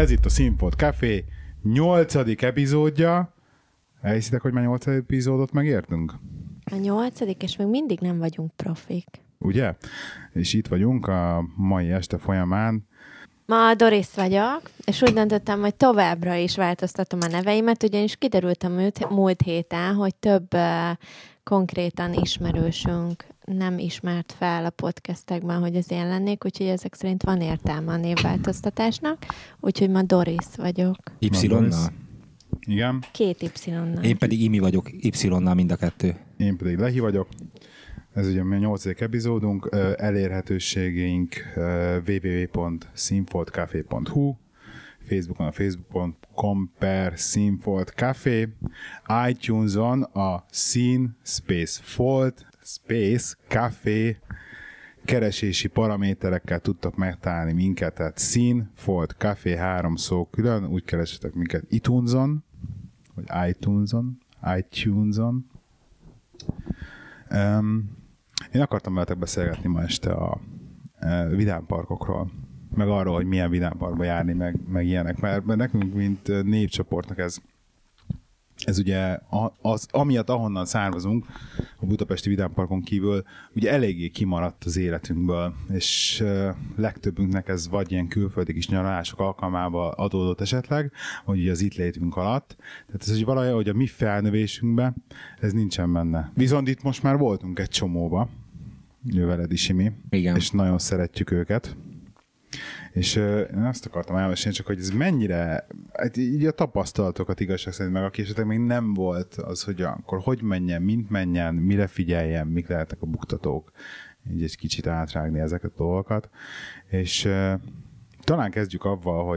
Ez itt a Színfolt Café 8. epizódja. Elhiszitek, hogy már 8. epizódot megértünk? A 8. és még mindig nem vagyunk profik. Ugye? És itt vagyunk a mai este folyamán. Ma Doris vagyok, és úgy döntöttem, hogy továbbra is változtatom a neveimet, ugyanis kiderült a múlt héten, hogy több konkrétan ismerősünk nem ismert fel a podcastekben, hogy az én lennék, úgyhogy ezek szerint van értelme a névváltoztatásnak, úgyhogy ma Doris vagyok. Y-nal? Igen. 2 Y-nal. Én pedig Imi vagyok, Y-nal mind a kettő. Én pedig Lehi vagyok. Ez ugye a 8. epizódunk, elérhetőségeink www.színfoltcafé.hu, Facebookon a facebook.com/színfoltcafé, iTunes-on a Szín Space Folt Space Café keresési paraméterekkel tudtok megtalálni minket, tehát Szín Folt Café 3 szó külön, úgy keresetek minket iTunes-on, vagy iTunes-on. Én akartam veletek beszélgetni ma este a vidámparkokról, meg arról, hogy milyen vidámparkba járni, meg ilyenek, mert nekünk, mint népcsoportnak ez ugye amiatt, ahonnan származunk, a budapesti vidámparkon kívül, ugye eléggé kimaradt az életünkből, és legtöbbünknek ez vagy ilyen külföldi kis nyaralások alkalmával adódott esetleg, vagy ugye az itt létünk alatt. Tehát ez hogy valahogy a mi felnövésünkben ez nincsen benne. Viszont itt most már voltunk egy csomóba, veled is, Imi, igen. És nagyon szeretjük őket. És én azt akartam elmesélni, csak hogy ez mennyire, hát így a tapasztalatokat igazság szerint, meg aki esetleg még nem volt az, hogy akkor hogy menjen, mint menjen, mire figyeljen, mik lehetnek a buktatók, így egy kicsit átrágni ezeket a dolgokat. És talán kezdjük avval,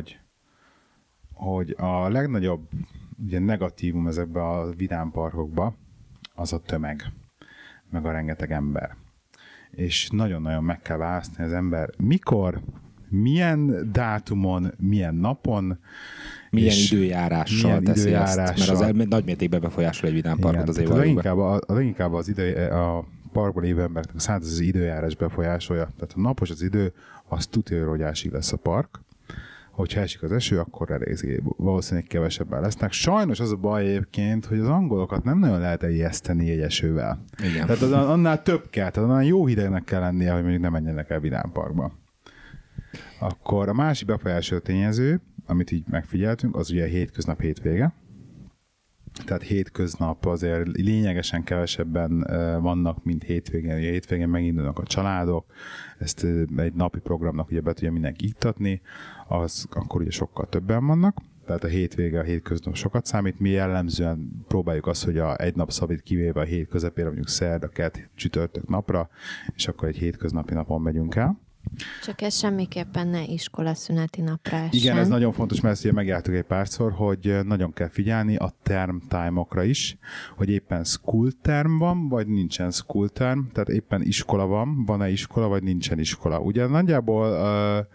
hogy a legnagyobb ugye, negatívum ezekben a vidámparkokban az a tömeg, meg a rengeteg ember. És nagyon-nagyon meg kell választani az ember, mikor, milyen dátumon, milyen napon, milyen időjárással teszi ezt, mert az nagymértékben befolyásol egy vidámparkot az évvalóban. Leginkább a parkban lévő embereknek a szánt az időjárás befolyásolja. Tehát ha napos az idő, az tudja, hogy rogyásig lesz a park. Hogyha esik az eső, akkor elég valószínűleg kevesebben lesznek. Sajnos az a baj egyébként, hogy az angolokat nem nagyon lehet ijeszteni egy esővel. Igen. Tehát annál több kell, tehát annál jó hidegnek kell lennie, hogy mondjuk ne menjenek el vidámparkba. Akkor a másik befolyásoló tényező, amit így megfigyeltünk, az ugye a hétköznap hétvége. Tehát hétköznap azért lényegesen kevesebben vannak, mint hétvégén. Ugye hétvégén megindulnak a családok, ezt egy napi programnak ugye be tudja mindenki iktatni, akkor ugye sokkal többen vannak. Tehát a hétvége, a hétköznap sokat számít. Mi jellemzően próbáljuk azt, hogy egy nap szabít kivéve a hét közepére, mondjuk szerda, kedd, csütörtök napra, és akkor egy hétköznapi napon megyünk el. Csak ez semmiképpen ne iskolaszüneti napra essen. Igen, ez nagyon fontos, mert ezt ugye megjártuk egy párszor, hogy nagyon kell figyelni a term time-okra is, hogy éppen school term van, vagy nincsen school term, tehát éppen iskola van-e iskola, vagy nincsen iskola. Ugye nagyjából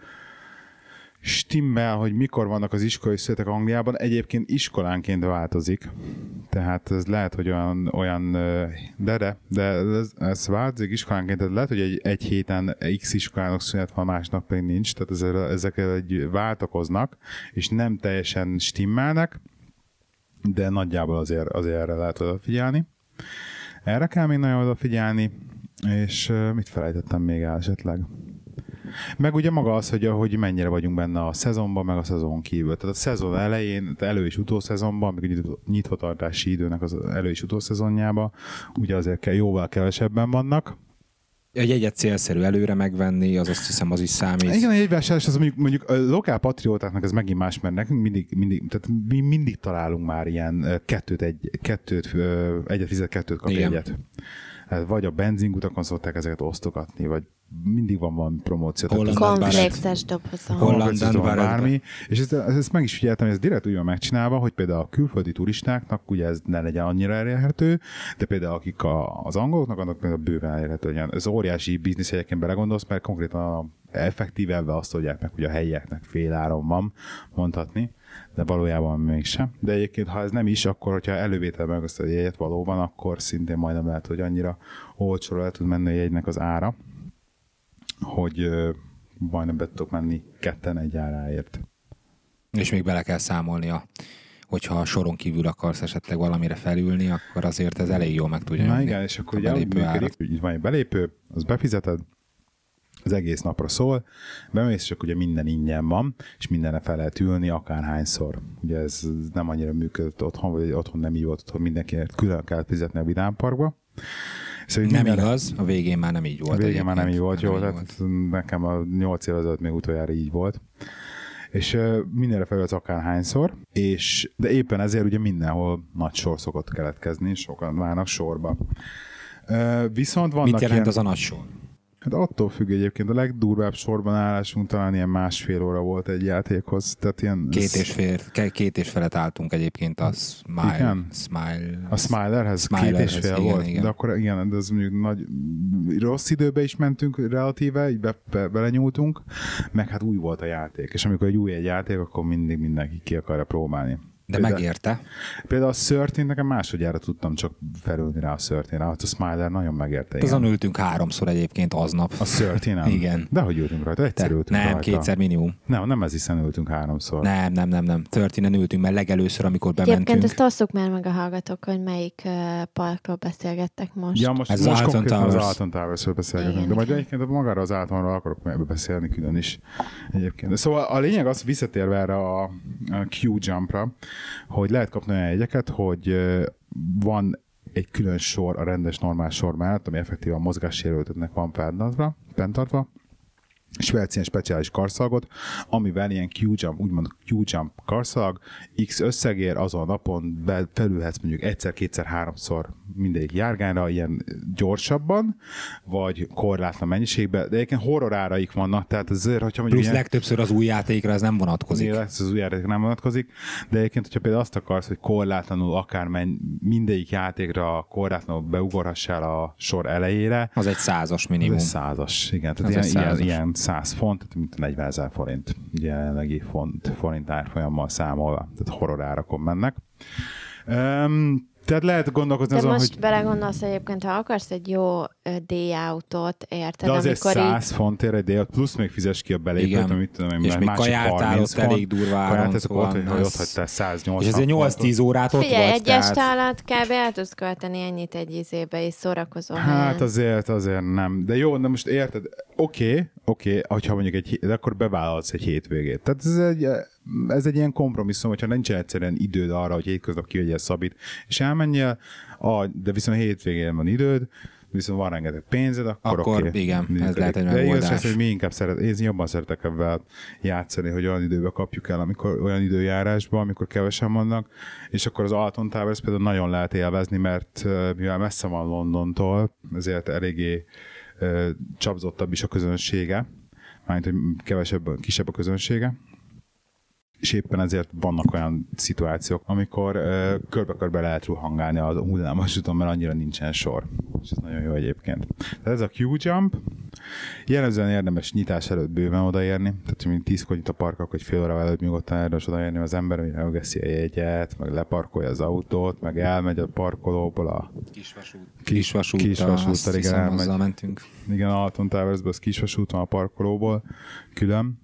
stimmel, hogy mikor vannak az iskolai születek Angliában, egyébként iskolánként változik. Tehát ez lehet, hogy olyan de ez változik iskolánként, tehát lehet, hogy egy héten X iskolának szünet van, másnak pedig nincs, tehát ezek váltakoznak, és nem teljesen stimmelnek, de nagyjából azért erre lehet odafigyelni. Erre kell még nagyon odafigyelni, és mit felejtettem még el esetleg? Meg ugye maga az, hogy mennyire vagyunk benne a szezonban, meg a szezon kívül. Tehát a szezon elején, elő- és utószezonban, meg a nyitvatartási időnek az elő- és utószezonjában, ugye azért jóval kevesebben vannak. Egy jegyet célszerű előre megvenni, az azt hiszem az is számít. Igen, a jegyvásárlás az mondjuk a lokál patriótáknak ez megint más, mert nekünk mindig találunk már ilyen egyet fizet, kettőt kap jegyet. Vagy a benzinkutakon szokták ezeket osztogatni, vagy mindig van valami promóció. Konflexes dobozon. Hollandán bármi. És ezt meg is figyeltem, hogy ez direkt úgy van megcsinálva, hogy például a külföldi turistáknak ugye ez ne legyen annyira elérhető, de például akik az angoloknak, annak például bőven elérhető. Ez óriási biznisz egyébként belegondolsz, mert konkrétan effektíve ebben azt tudják meg, hogy a helyieknek féláron van mondhatni, de valójában mégsem. De egyébként, ha ez nem is, akkor, hogyha elővétel meg azt a jegyet valóban, akkor szintén majdnem lehet, hogy annyira olcsóra el tud menni a jegynek az ára, hogy majdnem be tudok menni ketten egy áráért. És még bele kell számolnia, hogyha a soron kívül akarsz esetleg valamire felülni, akkor azért ez elég jól meg tudja nyomni. Igen, és akkor ugye úgy működik, hogy van egy belépő, az befizeted, az egész napra szól, bemész, és akkor ugye minden ingyen van, és mindenre fel lehet ülni akárhányszor. Ugye ez nem annyira működött otthon, vagy otthon nem így volt, otthon mindenkinek külön kell fizetni a vidámparkba. Szóval nem igaz, a végén már nem így volt. A végén már nem így volt, jó, tehát nekem a 8 év ezelőtt még utoljára így volt. És mindenre felülsz akárhányszor, de éppen ezért ugye mindenhol nagy sor szokott keletkezni, sokan várnak sorba. Viszont vannak mit jelent az a nagy sor? Hát attól függ egyébként, a legdurvább sorban állásunk talán ilyen 1,5 óra volt egy játékhoz. Tehát ilyen... 2,5 álltunk egyébként a Smile. A Smilerhez 2,5 volt. Igen. De akkor igen, de az mondjuk nagy, rossz időbe is mentünk relatíve, így belenyúltunk, meg hát új volt a játék. És amikor egy játék, akkor mindig mindenki ki akarja próbálni. De megérte. Például a Certain nekem másodjára tudtam csak felülni rá a Certain-re. A Smiler nagyon megérte. Azon ültünk 3-szor egyébként aznap. A Certain-en? Igen. De hogy ültünk rajta? Egyszer ültünk nem, rajta. 2-szer minimum. Nem ez hiszen ültünk 3-szor. Nem. Certain-en ültünk, mert legelőször, amikor bementünk. Egyébként ezt osszuk már meg a hallgatók, hogy melyik parkról beszélgettek most. Ja, most konkrétan az Alton Towers-ről beszélgetünk. De majd egyébként magára az Altonról akarok beszélni külön is. Egyébként. De szóval a lényeg az, visszatérve erre a Q-Jumpra, hogy lehet kapni olyan jegyeket, hogy van egy külön sor a rendes normál sor mellett, ami effektívan mozgássérültetnek van fenntartva, és vehetsz ilyen speciális karszalagot, amivel ilyen Q-Jump, úgymond Q-Jump karszalag, X összegér azon a napon felülhetsz mondjuk 1-szer, 2-szer, 3-szor mindegyik járgányra, ilyen gyorsabban, vagy korlátlan mennyiségben, de egyébként horroráraik vannak, tehát azért, hogyha mondjuk plusz legtöbbször az új játékra ez nem vonatkozik. Az új játékra nem vonatkozik, de egyébként, hogyha például azt akarsz, hogy korlátlanul akár mindegyik játékra korlátlanul beugorhassál a sor elejére. Az egy 100-as minimum. Az egy 100-as, igen. Tehát ilyen 100 font, tehát mint 40 000 forint, jelenlegi forint árfolyammal számolva, tehát horrorárakon mennek. Tehát lehet gondolkozni azon, hogy... De most belegondolsz egyébként, ha akarsz egy jó D-autót, érted? De azért 100 fontért egy D-aut, plusz még fizes ki a belépőt, amit tudom, és még kajáltál ott elég durva áron, szóval ott hagytál 180. És ezért 8-10 órát ott vagy. Figyelj, egy estálat kb. El tudsz költeni ennyit egy izébe, és szórakozó hát azért nem. De jó, de most érted, oké, hogyha mondjuk de akkor bevállalsz egy hétvégét. Tehát ez egy ilyen kompromisszum, hogyha nincsen egyszerűen időd arra, hogy hétköznap kivegyél Szabit, és elmenjél, de viszont hétvégén van időd, viszont van rengeteg pénzed, akkor oké. Igen, ez lehet egy megoldás. De igaz, hogy mi inkább én jobban szeretek ebben játszani, hogy olyan időben kapjuk el, amikor olyan időjárásban, amikor kevesen vannak, és akkor az Alton Towers például nagyon lehet élvezni, mert mivel messze van Londontól, ezért eléggé csapzottabb is a közönsége, mármint, hogy kisebb a közönsége, és éppen ezért vannak olyan szituációk, amikor körbe-körbe lehet ruhangálni az hullámos úton, mert annyira nincsen sor. És ez nagyon jó egyébként. Tehát ez a Q-Jump. Jellemzően érdemes nyitás előtt bőven odaérni. Tehát, mint 10-kor nyit a park, akkor egy fél óra előtt nyugodtan érdemes odaérni az ember, hogy elveszi a jegyet, meg leparkolja az autót, meg elmegy a parkolóból a kisvasúttal, igen, elmegy. Mentünk. Igen, a Alton Towersbe az kisvasút van a parkolóból, külön.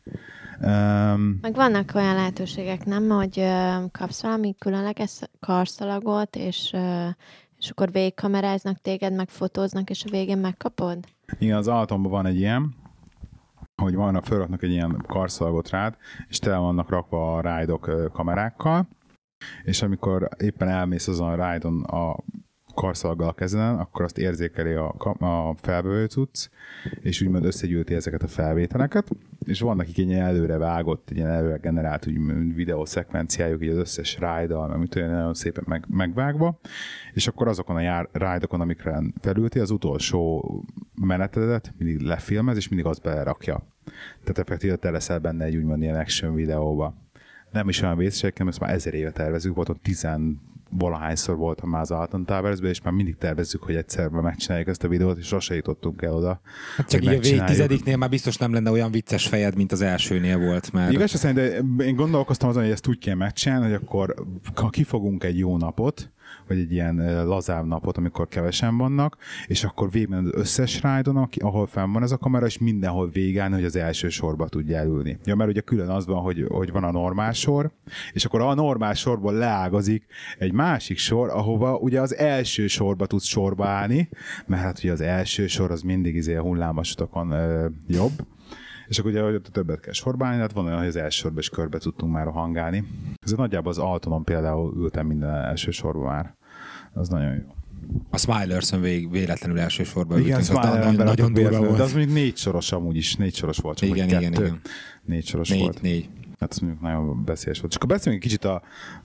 Meg vannak olyan lehetőségek, nem, hogy kapsz valami különleges karszalagot, és akkor végigkameráznak téged, meg fotóznak, és a végén megkapod? Igen, az Altonban van egy ilyen, hogy fölraknak egy ilyen karszalagot rád, és tele vannak rakva a ride-ok kamerákkal, és amikor éppen elmész azon a ride-on a karszalaggal a kezeden, akkor azt érzékeli a felvevő cucc, és úgymond összegyűjti ezeket a felvételeket, és vannak egy ilyen előre vágott, egy ilyen előre generált videószekvenciájuk, így az összes ride-dal, meg mit olyan nagyon szépen megvágva, és akkor azokon a ride-okon, amikre felülti, az utolsó menetedet mindig lefilmez, és mindig azt belerakja. Tehát effektíve te leszel benne egy úgymond ilyen action videóba. Nem is olyan vészesek, ezt már 1000 éve tervezünk, volt ott 10-valahányszor voltam már az Alton Towersben, és már mindig tervezzük, hogy egyszerben megcsináljuk ezt a videót, és sose jutottunk el oda. Hát csak így a végtizediknél már biztos nem lenne olyan vicces fejed, mint az elsőnél volt. Mert... Igaz, de én gondolkoztam azon, hogy ezt úgy kell megcsinálni, hogy akkor ha kifogunk egy jó napot, vagy egy ilyen lazább napot, amikor kevesen vannak, és akkor végigmenni az összes ride-on, ahol fenn van ez a kamera, és mindenhol végállni, hogy az első sorba tudja elülni. Ja, mert ugye külön az van, hogy van a normál sor, és akkor a normál sorból leágazik egy másik sor, ahova ugye az első sorba tudsz sorba állni, mert hát ugye az első sor az mindig hullámvasutokon jobb, és akkor ugye többet kell sorba állni, hát van olyan, hogy az első sorba is körbe tudtunk már rohangálni. Ez nagyjából az Altonon például ültem minden első sorba már. Az nagyon jó. A Smilerson véletlenül első sorba ültünk. Igen, Smilerson nagyon durva volt. De az mondjuk 4 soros amúgy is, 4 soros volt. Csak Igen. 4 soros volt. 4. Hát az mondjuk nagyon beszélyes volt. És akkor beszéljünk egy kicsit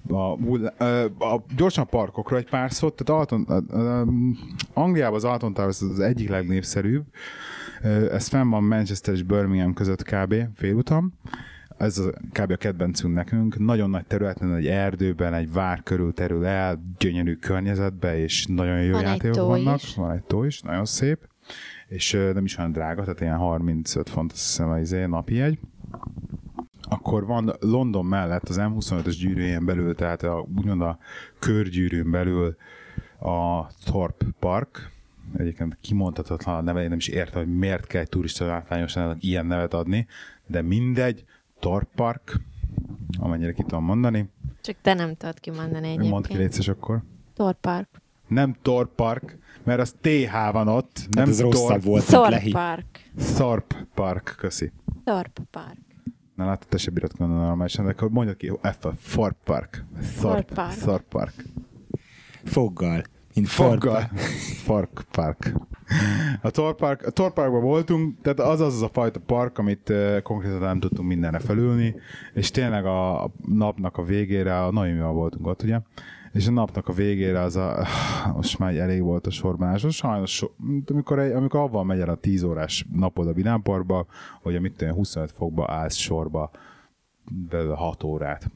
gyorsan a parkokra egy pár szót. Tehát Angliában az Alton Towers az egyik legnépszerűbb. Ez fenn van Manchester és Birmingham között kb. Félutam. Ez kb. A kedvencünk nekünk. Nagyon nagy területen, egy erdőben, egy vár körül terül el, gyönyörű környezetben, és nagyon jó játékok vannak. Van egy tó is, nagyon szép. És nem is olyan drága, tehát ilyen 35 font, azt hiszem, az napi jegy. Akkor van London mellett az M25-ös gyűrűjén belül, tehát úgymond a körgyűrűn belül a Thorpe Park. Egyébként kimondhatatlan a neve, én nem is értem, hogy miért kell egy turista látványosan ilyen nevet adni, de mindegy, Thorpe Park, amennyire ki tudom mondani. Csak te nem tudod kimondani egyébként. Mondd ki létszes akkor. Thorpe Park. Nem Thorpe Park, mert az TH van ott. Hát nem ez rosszabb volt. Thorpe Park. Thorpe Park, köszi. Thorpe Park. Na látod, te se bírod gondolni normálisan, de akkor mondjad ki, Thorpe Park. Thorpe Park. Foggal. Foggal. Thorpe Park. A Thorpe Parkban voltunk, tehát az a fajta park, amit konkrétan nem tudtunk mindenre felülni, és tényleg a napnak a végére, a Naomival voltunk ott, ugye, és a napnak a végére most már elég volt a sorban, sajnos, amikor avval megy el a 10 órás napod a Vidámparkba, hogy amit 25 fokba állsz sorba, belőle 6 órát.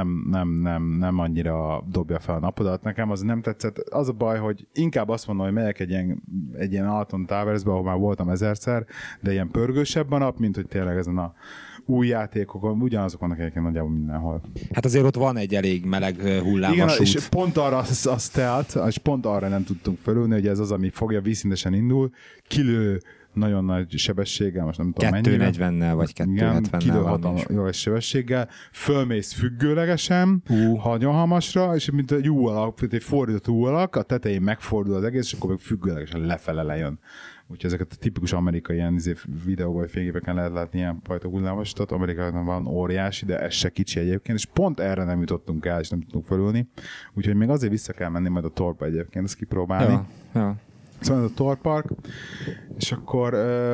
Nem annyira dobja fel a napodat. Nekem az nem tetszett. Az a baj, hogy inkább azt mondom, hogy megyek egy ilyen Alton Towersbe, ahol már voltam 1000-szer, de ilyen pörgősebb a nap, mint hogy tényleg ezen a új játékokon, ugyanazok vannak egyébként nagyjából mindenhol. Hát azért ott van egy elég meleg hullámos igen, út. és pont arra azt telt, és pont arra nem tudtunk felülni, hogy ez az, ami fogja vízszintesen indul, kilő nagyon nagy sebességgel, most nem tudom mennyire. 240-nel vagy 270-nel van. Jó sebességgel, fölmész függőlegesen, nagyon hamasra, és mint egy U-alak, egy fordított U-alak, a tetején megfordul az egész, és akkor meg függőlegesen lefele lejön. Úgyhogy ezeket a tipikus amerikai ilyen videóban vagy fényképeken lehet látni ilyen fajta hullámvasutat. Amerikában van óriási, de ez se kicsi egyébként, és pont erre nem jutottunk el, és nem tudtunk felülni. Úgyhogy még azért vissza kell menni majd a Thorpe egyébként, ezt kipróbálni. Ja. Szóval ez a Thorpe Park, és akkor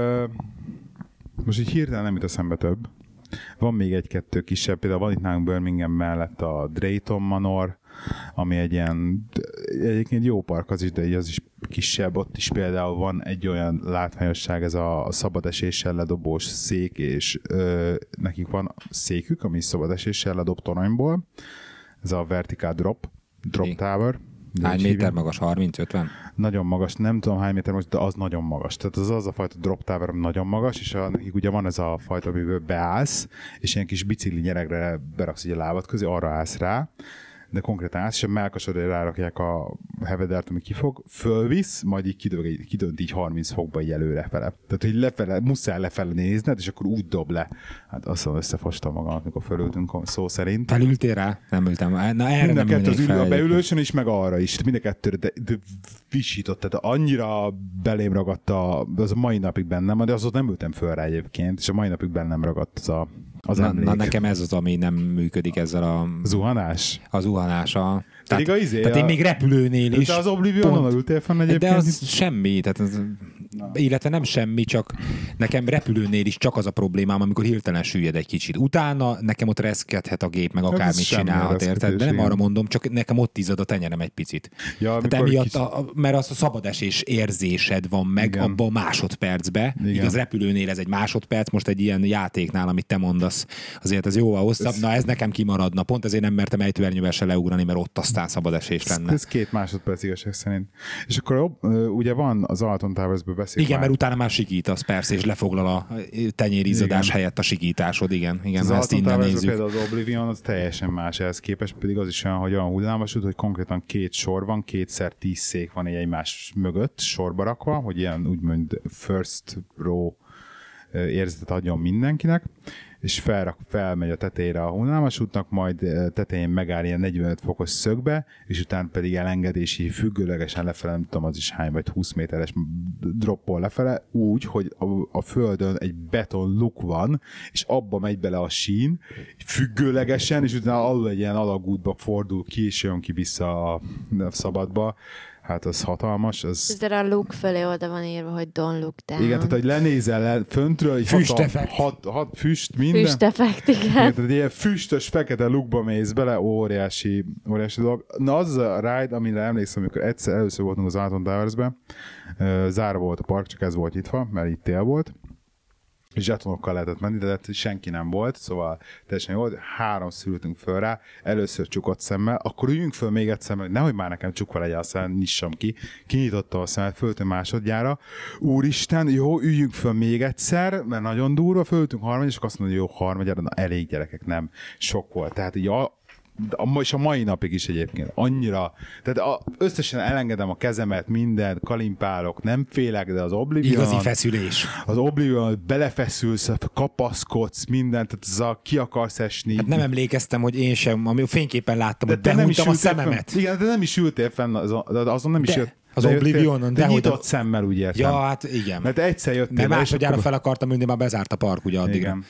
most így hirtelen nem jut eszembe több. Van még egy-kettő kisebb, például van itt nálunk Birmingham mellett a Drayton Manor, ami egy ilyen, egyébként jó park az is, de az is kisebb. Ott is például van egy olyan látványosság, ez a szabad eséssel ledobós szék, és nekik van székük, ami szabad eséssel ledob toronyból. Ez a Vertical Drop Tower. Hány méter magas? 30-50? Nagyon magas, nem tudom hány méter magas, de az nagyon magas. Tehát az a fajta drop tower, ami nagyon magas, és nekik ugye van ez a fajta, amiből beállsz, és ilyen kis bicikli nyeregre beraksz a lábad közé, arra állsz rá, de konkrétan állsz, és a mellkasodra rárakják a hevedert, ami kifog, fölvisz, majd így kidönt így 30 fokba így előrefele. Tehát, hogy muszáj lefele nézned, és akkor úgy dob le. Hát azt mondom, összefostam magam, amikor fölültünk szó szerint. Felültél rá? Nem ültem. Na, erre nem ülnék fel. A beülősön is, meg arra is. Mind a kettőre, de visított, tehát annyira belém ragadt az a mai napig bennem, de azot nem ültem föl rá egyébként, és a mai napig bennem ragadt az emlék. Na nekem ez az, ami nem működik ezzel a... Zuhanás? A zuhanása. Tehát én még repülőnél is... De az Oblivionon ültél fenn egyébként? De az semmi, tehát illetve nem semmi, csak nekem repülőnél is csak az a problémám, amikor hirtelen süllyed egy kicsit. Utána nekem ott reszkedhet a gép, meg akármit csinálhat, érted? De nem arra mondom, csak nekem ott izzad a tenyerem egy picit. Ja, tehát emiatt, mert az a szabadesés érzésed van meg abban a másodpercbe. Igaz, repülőnél ez egy másodperc, most egy ilyen játéknál, amit te mondasz, azért ez jóval hosszabb. Na ez nekem kimaradna. Pont ezért nem mertem ejtőernyővel se leugrani, mert ott aztán szabadesés lenne. Ez 2 másodperc igazság szerint. És akkor ugye van az Alton Towersből beszélünk. Igen, mert utána már sikítasz, persze, és lefoglal a tenyérizzadás helyett a sikításod, igen. Az ezt innen nézzük. Például az Oblivion az teljesen más ehhez képest, pedig az is olyan, hogy olyan hullámvasút, hogy konkrétan 2 sor van, 2x10 szék van egymás mögött sorba rakva, hogy ilyen úgymond first row érzetet adjon mindenkinek, és felmegy a tetejére a hullámvasútnak, majd tetején megáll ilyen 45 fokos szögbe, és utána pedig elengedési függőlegesen lefele, nem tudom, az is hány, vagy 20 méteres droppol lefele, úgy, hogy a földön egy beton luk van, és abba megy bele a sín, függőlegesen, és utána alul egy ilyen alagútba fordul ki, és jön ki vissza a szabadba. Hát az hatalmas. Ez a luk fölé oda van írva, hogy don't look down. Igen, tehát hogy lenézel föntről, egy füsteffekt. Füst, minden. Füsteffekt, igen. Tehát egy ilyen füstös, fekete lukba mész bele, óriási dolog. Na az a ride, amire emlékszem, amikor először voltunk az Alton Towers-ben, zárva volt a park, csak ez volt nyitva, mert itt tél volt, és zsetonokkal lehetett menni, de senki nem volt, szóval teljesen jó volt. 3 ültünk föl rá, először csukott szemmel, akkor üljünk föl még egyszer, hogy nehogy már nekem csukva legyen a szem, nyissam ki. Kinyitottam a szemet, föltünk másodjára. Úristen, jó, üljünk föl még egyszer, mert nagyon durva, föltünk harmadjára, és azt mondja, hogy jó, harmadjára, na elég gyerekek, nem. Sok volt. Tehát így és a mai napig is egyébként annyira, tehát összesen elengedem a kezemet, mindent, kalimpálok, nem félek, de az Oblivion... Igazi feszülés. Az Oblivion, belefeszülsz, kapaszkodsz, mindent, tehát ez ki akarsz esni. Hát nem emlékeztem, hogy én sem, ami fényképpen láttam, hogy behúnytam a szememet. Fenn. Igen, de nem is ültél fenn, azon nem is jött. Az Oblivionon, de nyitott szemmel, úgy értem. Ja, hát igen. Mert egyszer jöttél. De másodjára fel akartam ülni, már bezárt a park ugye addigra. Igen.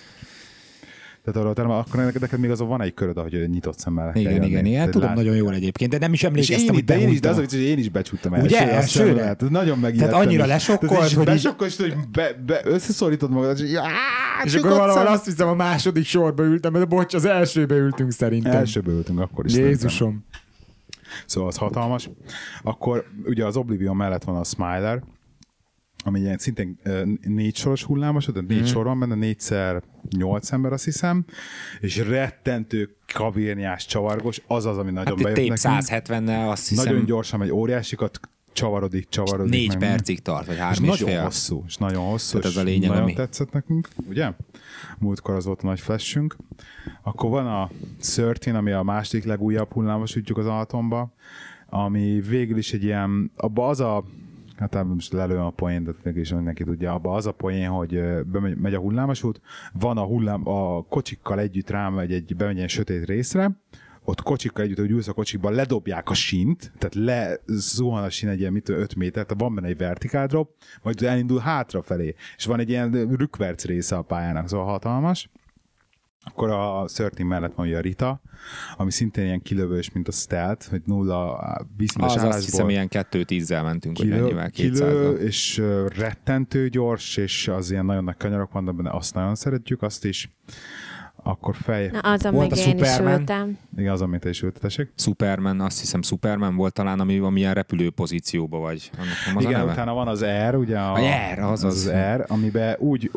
Tehát akkor neked még azon van egy köröd, ahogy nyitott szemmel. Igen. Tudom nagyon jól egyébként, de nem is emlékeztem, hogy behúnytam. De az a vicc, hogy én is becsúttam el. Ugye? Elsőre? Nagyon megijedtem. Tehát annyira lesokkolt, hogy... Besokkolt, hogy összeszorítod magad, és akkor valahol azt hiszem a második sorba ültem, mert bocs, az elsőbe ültünk szerintem. Elsőbe ültünk akkor is. Jézusom. Szóval az hatalmas. Akkor ugye az Oblivion mellett van a Smiler, ami ilyen szintén 4 soros hullámos, tehát 4 sor van benne, 4x8 ember, azt hiszem, és rettentő kavérnyás, csavargos, az, ami nagyon bejött nekünk. 170-nel azt hiszem. Nagyon gyorsan megy, óriásikat csavarodik. 4 percig tart, vagy 3 és fél. És nagyon hosszú, és ez a lényeg, nagyon tetszett nekünk, ugye? Múltkor az volt a nagy flashünk. Akkor van a 13, ami a második legújabb hullámvasútjuk az Altonba, ami végül is egy ilyen, abba az a hát most lelőm a poén, de mégis mindenki tudja, abban az a poén, hogy megy a hullámvasút, van a kocsikkal együtt bemegy egy sötét részre, ott kocsikkal együtt, hogy ülsz a kocsikban, ledobják a sínt, tehát lezuhan a sín egy ilyen 5 méter, tehát van benne egy vertikál drop, majd elindul hátrafelé, és van egy ilyen rükverc része a pályának, szóval hatalmas. Akkor a 13 mellett van a Rita, ami szintén ilyen kilövős, mint a Stealth, hogy 0 vízszintes állásból. Azt hiszem, ilyen 2-10-zel mentünk, vagy mennyivel, 200-al. És rettentő gyors, és az ilyen nagyon nagy kanyarok vannak benne, azt nagyon szeretjük, azt is. Akkor Na, az, amit én is ültem. Igen, az, amit te is ültetesek. Superman, azt hiszem Superman volt talán, ami ilyen repülő pozícióba vagy. Igen, utána van az Air, ugye Air, az Air, amiben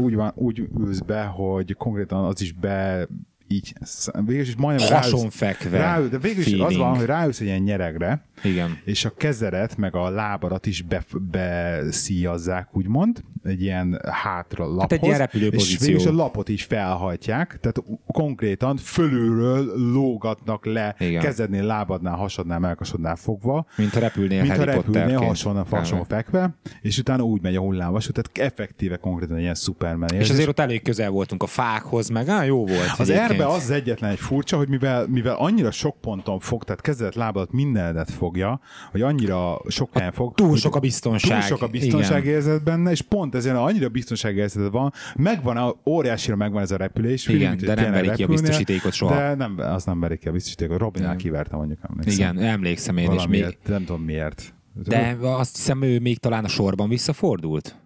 úgy ülsz be, hogy konkrétan az is így, végülis is majdnem hasonfekve. De végülis az van, hogy ráülsz egy ilyen nyeregre, igen. És a kezedet, meg a lábadat is beszíjazzák, úgymond, egy ilyen hátra laphoz. Hát egy ilyen repülőpozíció. És végülis a lapot is felhajtják, tehát konkrétan fölülről lógatnak le, igen. Kezednél, lábadnál, hasadnál, melkasodnál fogva. Mint a repülnél hasonló fekve, és utána úgy megy a hullámvasút, tehát effektíve konkrétan ilyen Superman érzés. És azért ott elég közel voltunk a fákhoz, meg jó volt. Az Airbe az egyetlen egy furcsa, hogy mivel annyira sok ponton fog, tehát kezedet, lábadat, mindenedet fogja, hogy annyira sok helyen fog. Túl sok a biztonság. Túl sok a biztonságérzet benne, és pont ezért annyira biztonságérzet van, óriásira megvan ez a repülés. Igen, de nem verik ki a biztosítékot soha. De az nem verik ki a biztosítékot. Robinnál kiverte, mondjuk emlékszem. Igen, emlékszem én is. Nem tudom miért. De azt hiszem, ő még talán a sorban visszafordult.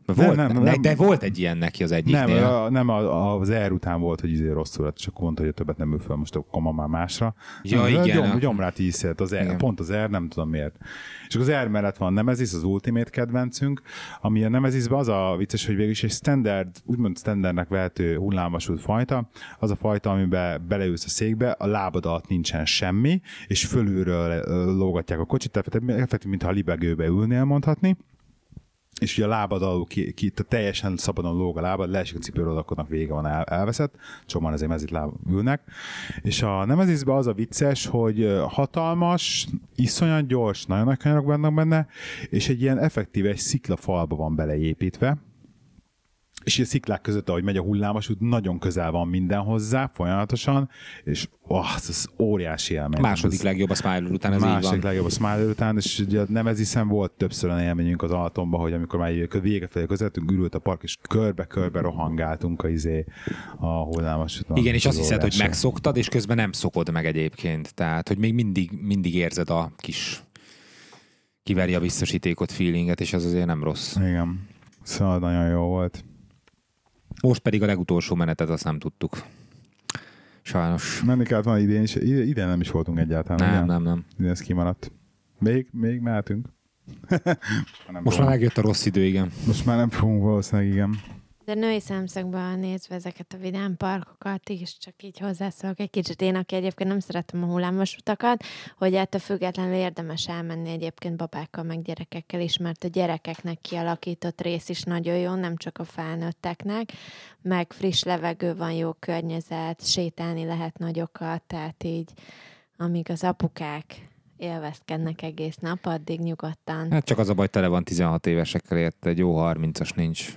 De volt egy ilyen neki az egyiknél. Nem, az Air után volt, hogy rosszul lett, és akkor mondta, hogy többet nem ül fel, most akkor ma már másra. Ja, igen. Gyomrát így szélt, pont az Air, nem tudom miért. És akkor az Air mellett van Nemesis, az Ultimate kedvencünk, ami a Nemesisben az a vicces, hogy végül is egy úgymond standardnek vehető hullámvasút fajta, az a fajta, amiben beleülsz a székbe, a lábad alatt nincsen semmi, és fölülről lógatják a kocsit, tehát effektív, mintha a libegőbe ülnél, mondhatni. és ugye a lábad alul teljesen szabadon lóg a lábad, leesik a cipőről, akkor vége van, elveszett, csomóan ezért mezitláb ülnek. És a Nemezisben az a vicces, hogy hatalmas, iszonyat gyors, nagyon nagy kanyarok vannak benne, és egy ilyen effektíve egy sziklafalba van beleépítve, és a sziklák között, ahogy megy a hullámvasút, nagyon közel van minden hozzá, folyamatosan, és ez óriási élmény. Második legjobb a Smiler után, ez így van. Második legjobb a Smiler után, és ugye a Nemezisen volt többször olyan élményünk az Alatonban, hogy amikor már vége felé közeltünk, ürült a park, és körbe-körbe rohangáltunk a hullámvasúton. Igen, és azt hiszed, hogy megszoktad, és közben nem szokod meg egyébként. Tehát, hogy még mindig érzed a kis kiveri a biztosítékot feelinget, és az azért nem rossz. Igen, szóval nagyon jó volt. Most pedig a legutolsó menetet azt nem tudtuk. Sajnos. Menni kellett van idén is. Idén nem is voltunk egyáltalán. Nem. Idén ez kimaradt. Még mehetünk. Most már megjött a rossz idő, igen. Most már nem fogunk valószínűleg, igen. De női szemszögből nézve ezeket a vidám parkokat is, csak így hozzászólok egy kicsit. Én, aki egyébként nem szeretem a hullámvasutakat, hogy ettől függetlenül érdemes elmenni egyébként babákkal, meg gyerekekkel is, mert a gyerekeknek kialakított rész is nagyon jó, nem csak a felnőtteknek, meg friss levegő van, jó környezet, sétálni lehet nagyokat, tehát így, amíg az apukák élvezkednek egész nap, addig nyugodtan. Hát csak az a baj, tele van 16 évesekkel, érte, egy jó 30-as nincs.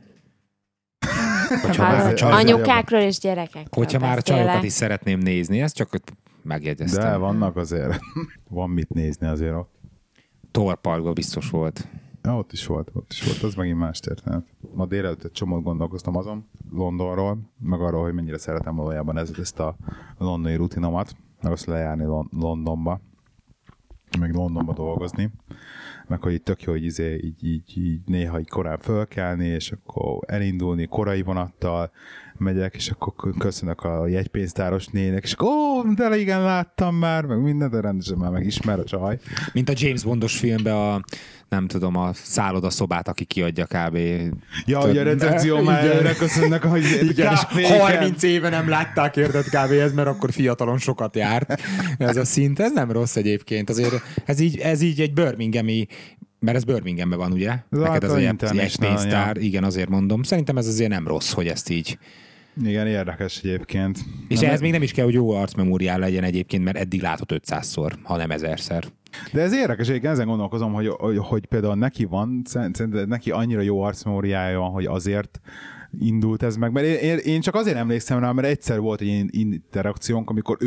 Anyukákról és gyerekekről Hogyha már a csajokat is szeretném nézni, ezt csak megjegyeztem. De vannak azért. Van mit nézni azért ott. Thor Parkban biztos volt. Ja, ott is volt. Az megint más történet. Ma délelőtt egy csomót gondolkoztam azon, Londonról, meg arról, hogy mennyire szeretem valójában ezt a londoni rutinomat, meg azt lejárni Londonba, meg Londonba dolgozni, meg hogy itt tök jó, hogy így néha így korán fölkelni, és akkor elindulni korai vonattal, megyek, és akkor köszönök a jegypénztáros nének, és akkor de igen, láttam már, meg mindent, de rendesen már megismer a csaj. Mint a James Bondos filmben nem tudom, a szállodaszobát, aki kiadja kb. Ja, hogy a recepció már előre köszönnek, hogy igen, 30 éve nem látták, érted kb. Ez, mert akkor fiatalon sokat járt. Ez a szint, ez nem rossz egyébként. Azért ez így egy birminghami, mert ez Birminghamben van, ugye? Neked az a jegypénztár, igen, azért mondom. Szerintem ez azért nem rossz, hogy ezt így... Igen, érdekes egyébként. És ehhez még nem is kell, hogy jó arcmemóriál legyen egyébként, mert eddig látott 500-szor, ha nem 1000-szer. De ez érdekes, egyébként ezen gondolkozom, hogy például neki annyira jó arcmemóriája van, hogy azért indult ez meg. Mert én csak azért emlékszem rá, mert egyszer volt egy interakciónk, amikor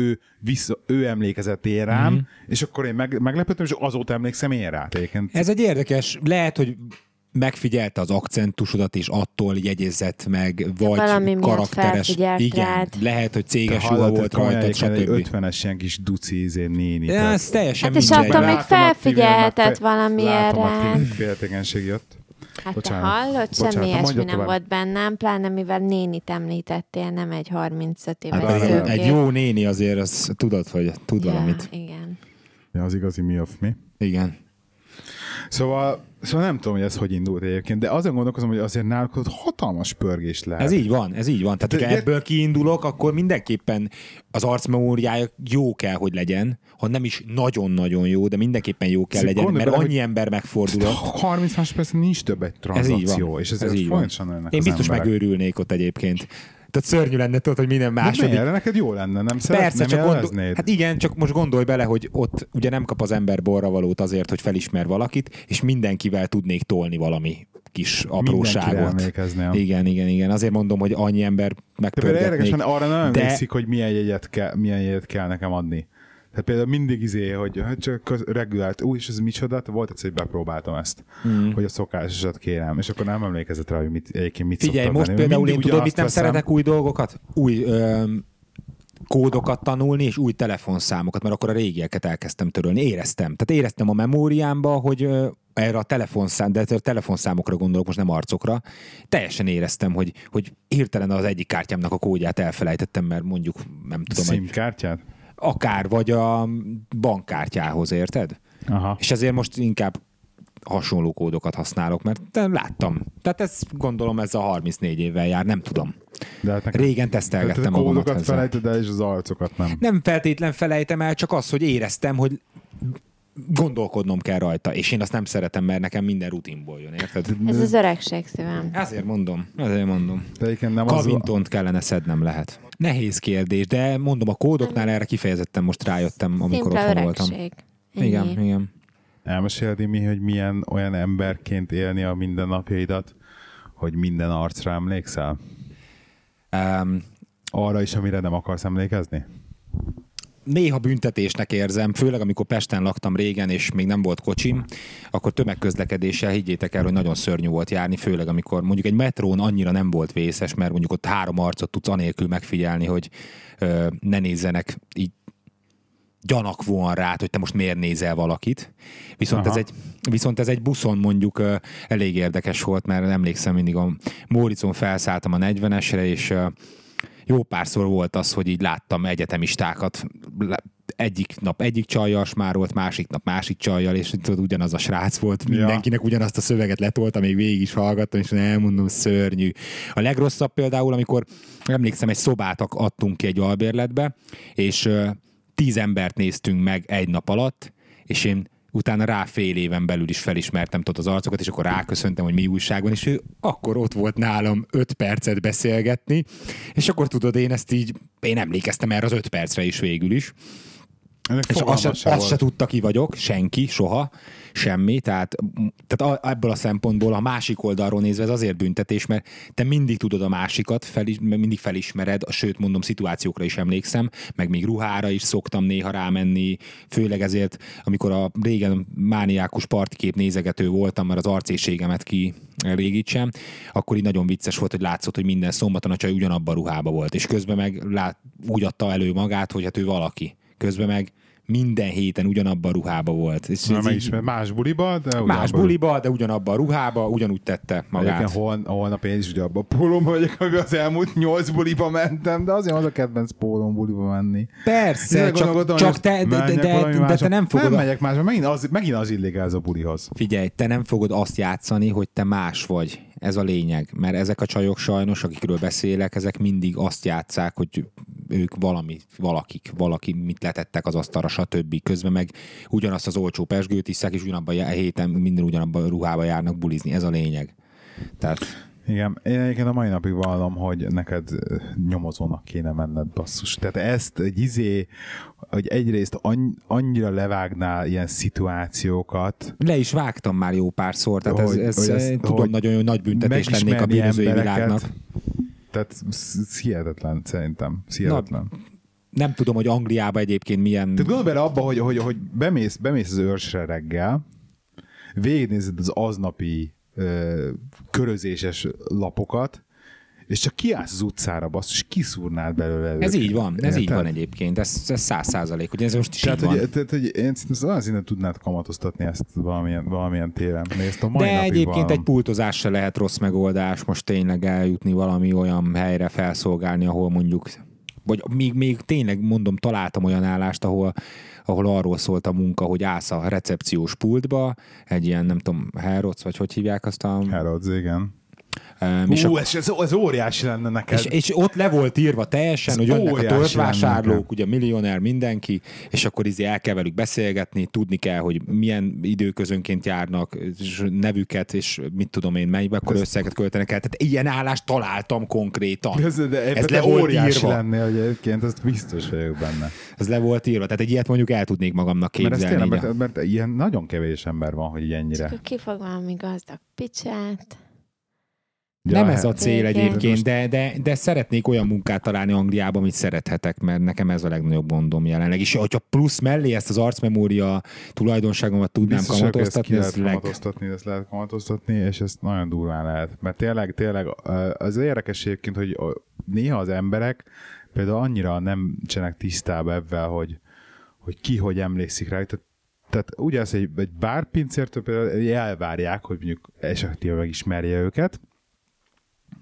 ő emlékezett én rám, és akkor én meglepődtem, és azóta emlékszem én rá. Egyébként. Ez egy érdekes, lehet, hogy megfigyelte az akcentusodat, és attól jegyezett meg, vagy karakteres. Igen, rád. Lehet, hogy céges ruha volt rajtad, stb. Egy 50-es ilyen kis duci néni. Ja, ez teljesen hát mindegy. És attól még felfigyelhetett valamiért rá. Látom, a féltékenység jött. Hát bocsánat. Te hallod, semmi ilyesmi nem volt bennem, pláne mivel nénit említettél, nem egy 35 éves szőkét. Egy jó néni azért, azt tudod, hogy tud valamit. Igen. Ja, az igazi mi of mi. Igen. Szóval nem tudom, hogy ez hogy indult egyébként, de azon gondolkozom, hogy azért náluk ott hatalmas pörgés lehet. Ez így van. Tehát, ha ebből kiindulok, akkor mindenképpen az arcmemóriája jó kell, hogy legyen, ha nem is nagyon-nagyon jó, de mindenképpen jó kell legyen, mert annyi ember megfordul. 30 másodpercen nincs több egy tranzakció, és ez így van. Én biztos megőrülnék ott egyébként. Tehát szörnyű lenne, tudod, hogy minden második. De neked jó lenne, nem persze, csak hát igen, csak most gondolj bele, hogy ott ugye nem kap az ember borravalót azért, hogy felismer valakit, és mindenkivel tudnék tolni valami kis apróságot. Igen. Azért mondom, hogy annyi ember megpörgetnék. De érdekes, arra nem emlékszik, hogy milyen jegyet kell nekem adni. Tehát például mindig hogy csak regulált, és ez micsoda, volt egyszer, hogy bepróbáltam ezt, hogy a szokásosat kérem, és akkor nem emlékezett rá, hogy egyébként mit figyelj, most lenni. Például én tudod, mit nem szeretek új dolgokat? Új kódokat tanulni, és új telefonszámokat, mert akkor a régieket elkezdtem törölni. Éreztem a memóriámba, hogy erre a telefonszámokra gondolok, most nem arcokra. Teljesen éreztem, hogy hirtelen az egyik kártyámnak a kódját elfelejtettem, mert mondjuk, nem tudom. SIM-kártyát? Akár, vagy a bankkártyához, érted? Aha. És ezért most inkább hasonló kódokat használok, mert láttam. Tehát ezt gondolom ez a 34 évvel jár, nem tudom. De hát régen tesztelgettem magamat. A kódokat felejted el, és az arcokat nem. Nem feltétlen felejtem el, csak az, hogy éreztem, hogy gondolkodnom kell rajta, és én azt nem szeretem, mert nekem minden rutinból jön, érted? Ez az öregség szívem. Ezért mondom. Covingtont kellene szednem lehet. Nehéz kérdés, de mondom, a kódoknál erre kifejezetten most rájöttem, amikor Szimpla otthon voltam. öregség. Igen. Elmeséled, mi, hogy milyen olyan emberként élni a mindennapjaidat, hogy minden arcra emlékszel? Arra is, amire nem akarsz emlékezni? Néha büntetésnek érzem, főleg amikor Pesten laktam régen, és még nem volt kocsim, akkor tömegközlekedéssel higgyétek el, hogy nagyon szörnyű volt járni, főleg amikor mondjuk egy metrón annyira nem volt vészes, mert mondjuk ott 3 arcot tudsz anélkül megfigyelni, hogy ne nézzenek így gyanakvóan rád, hogy te most miért nézel valakit. Viszont ez egy buszon mondjuk elég érdekes volt, mert emlékszem mindig a Móricon felszálltam a 40-esre, és jó párszor volt az, hogy így láttam egyetemistákat, egyik nap egyik csajjal smárolt, másik nap másik csajjal, és tudod, ugyanaz a srác volt, mindenkinek ugyanazt a szöveget letolta, még végig is hallgattam, és elmondom, szörnyű. A legrosszabb például, amikor emlékszem, egy szobát adtunk ki egy albérletbe, és 10 embert néztünk meg egy nap alatt, és én utána rá fél éven belül is felismertem az arcokat, és akkor ráköszöntem, hogy mi újság van, és ő akkor ott volt nálam 5 percet beszélgetni, és akkor tudod, én emlékeztem erre az 5 percre is végül is. És azt se tudta, ki vagyok, senki, soha, semmi, tehát ebből a szempontból a másik oldalról nézve ez azért büntetés, mert te mindig tudod a másikat, mindig felismered, sőt mondom, szituációkra is emlékszem, meg még ruhára is szoktam néha rámenni, főleg ezért, amikor a régen mániákus partikép nézegető voltam, mert az arcészségemet kielégítsem, akkor így nagyon vicces volt, hogy látszott, hogy minden szombaton a csaj ugyanabban a ruhába volt, és közben meg úgy adta elő magát, hogy hát ő valaki. Közben meg minden héten ugyanabban a ruhába volt. Más buliba, de ugyanabban a ruhába, ugyanúgy tette magát. Holnap én is ugyanabban a pólómban vagyok, amiben az elmúlt 8 buliba mentem, de azért az a kedvenc pólóm buliba menni. Persze, csak te nem fogod... Nem megyek másba, megint az illegál a bulihoz. Figyelj, te nem fogod azt játszani, hogy te más vagy. Ez a lényeg, mert ezek a csajok sajnos, akikről beszélek, ezek mindig azt játsszák, hogy ők valaki mit letettek az asztalra, stb. Közben meg ugyanazt az olcsó pezsgőt isszák, és ugyanabban a héten minden ugyanabban a ruhába járnak bulizni. Ez a lényeg. Tehát... Igen, én egyébként a mai napig vallom, hogy neked nyomozónak kéne menned, basszus. Tehát ezt hogy egyrészt annyira levágnál ilyen szituációciókat. Le is vágtam már jó párszor, tehát tudom, nagyon jó nagy büntetés lennék a bűnözői világnak. Tehát hihetetlen, szerintem. Hihetetlen. Nem tudom, hogy Angliában egyébként milyen... Tehát gondolj bele abba, hogy bemész az őrsre reggel, végignézed az aznapi körözéses lapokat, és csak kiállsz az utcára, basszus, és kiszúrnád belőle őket. Ez így van, így van egyébként, ez 100%, ugye ez most is tehát, így van. Tehát, hogy én szerintem olyan szinten tudnád kamatoztatni ezt valamilyen téren. De egyébként egy pultozás se lehet rossz megoldás, most tényleg eljutni valami olyan helyre felszolgálni, ahol mondjuk, vagy még tényleg mondom, találtam olyan állást, ahol arról szólt a munka, hogy állsz a recepciós pultba, egy ilyen, nem tudom, Harrods, vagy hogy hívják azt a... Harrods, igen. Ez óriási lenne neked. És ott le volt írva teljesen, hogy jönnek a tortvásárlók, ugye millionár mindenki, és akkor el kell velük beszélgetni, tudni kell, hogy milyen időközönként járnak, és nevüket, és mit tudom én, melybe, akkor összeget költenek el. Tehát ilyen állást találtam konkrétan. Ez le volt írva. Lenne, hogy egyébként, ezt biztos vagyok benne. Ez le volt írva, tehát egy ilyet mondjuk el tudnék magamnak képzelni. Mert ilyen nagyon kevés ember van, hogy ennyire. Csak ki fog valami gazdag picsát. Nem ez a cél egyébként, de szeretnék olyan munkát találni Angliában, amit szerethetek, mert nekem ez a legnagyobb gondom jelenleg. És hogyha plusz mellé ezt az arcmemória tulajdonságomat tudnám kamatoztatni, ezt lehet kamatoztatni, és ezt nagyon durván lehet. Mert tényleg az érdekes egyébként, hogy néha az emberek például annyira nem csenek tisztába ebben, hogy ki hogy emlékszik rá. Tehát ugye az, hogy egy bárpincértől például elvárják, hogy mondjuk esetleg megismerje őket,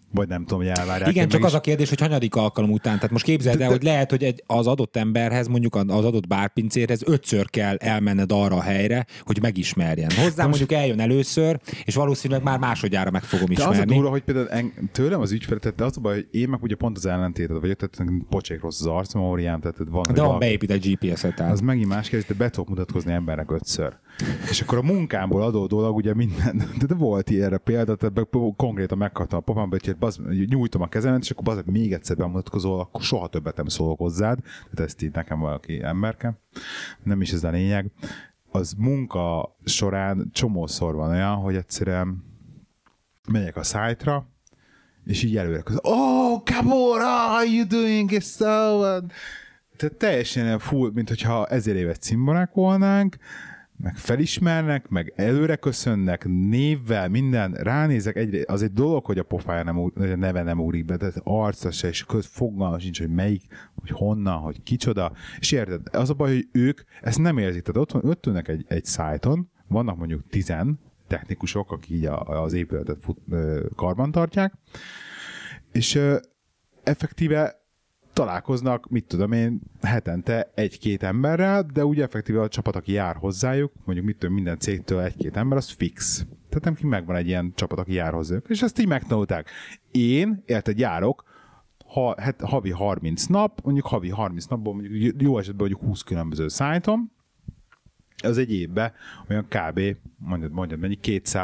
Vagy nem tudom, hogy elvárják. Igen, csak az a kérdés, hogy hanyadik alkalom után. Tehát most képzeld el, hogy lehet, hogy az adott emberhez, mondjuk az adott bárpincérhez 5-ször kell elmenned arra a helyre, hogy megismerjen. Hozzá mondjuk eljön először, és valószínűleg már másodjára meg fogom ismerni. De az a durva, hogy például tőlem az ügyfele, de az a baj, hogy én meg ugye pont az ellentéted vagyok, tehát pocsék rossz az arcmemóriám, tehát van. De van beépített GPS-et. Tehát. Az megint más kérdés, de be tudok mutatkozni embernek 5-ször. És akkor a munkámból adódólag ugye minden, de volt ilyenre példa, tehát konkrétan megkaptam a pofámba, hogy nyújtom a kezemet, és akkor még egyszer bemutatkozol, akkor soha többet nem szólok hozzád, tehát ezt így nekem valaki emberke. Nem is ez a lényeg. Az munka során csomószor van olyan, hogy egyszerűen megyek a szájtra, és így előre közül, oh, Gabor, how you doing? It's so... Tehát teljesen full, mint hogyha 1000 évet cimborákolnánk, meg felismernek, meg előre köszönnek, névvel, minden, ránézek, az egy dolog, hogy a pofája nem, a neve nem úrik be, tehát arca se, és fogalma sincs, hogy melyik, hogy honnan, hogy kicsoda, és érted, az a baj, hogy ők ezt nem érzik, tehát ott ülnek egy szájton, vannak mondjuk 10 technikusok, akik így az épületet karban tartják, és effektíve találkoznak, mit tudom én, hetente 1-2 emberrel, de úgy effektíve a csapat, aki jár hozzájuk, mondjuk mit tudom, minden cégtől 1-2 ember, az fix. Tehát nem megvan egy ilyen csapat, aki jár hozzájuk. És ezt így megtanulták. Én, érted, járok, havi 30 nap, mondjuk havi 30 napból, mondjuk jó esetben mondjuk 20 különböző szájton, az egy évben olyan kb. Mondjad mennyi,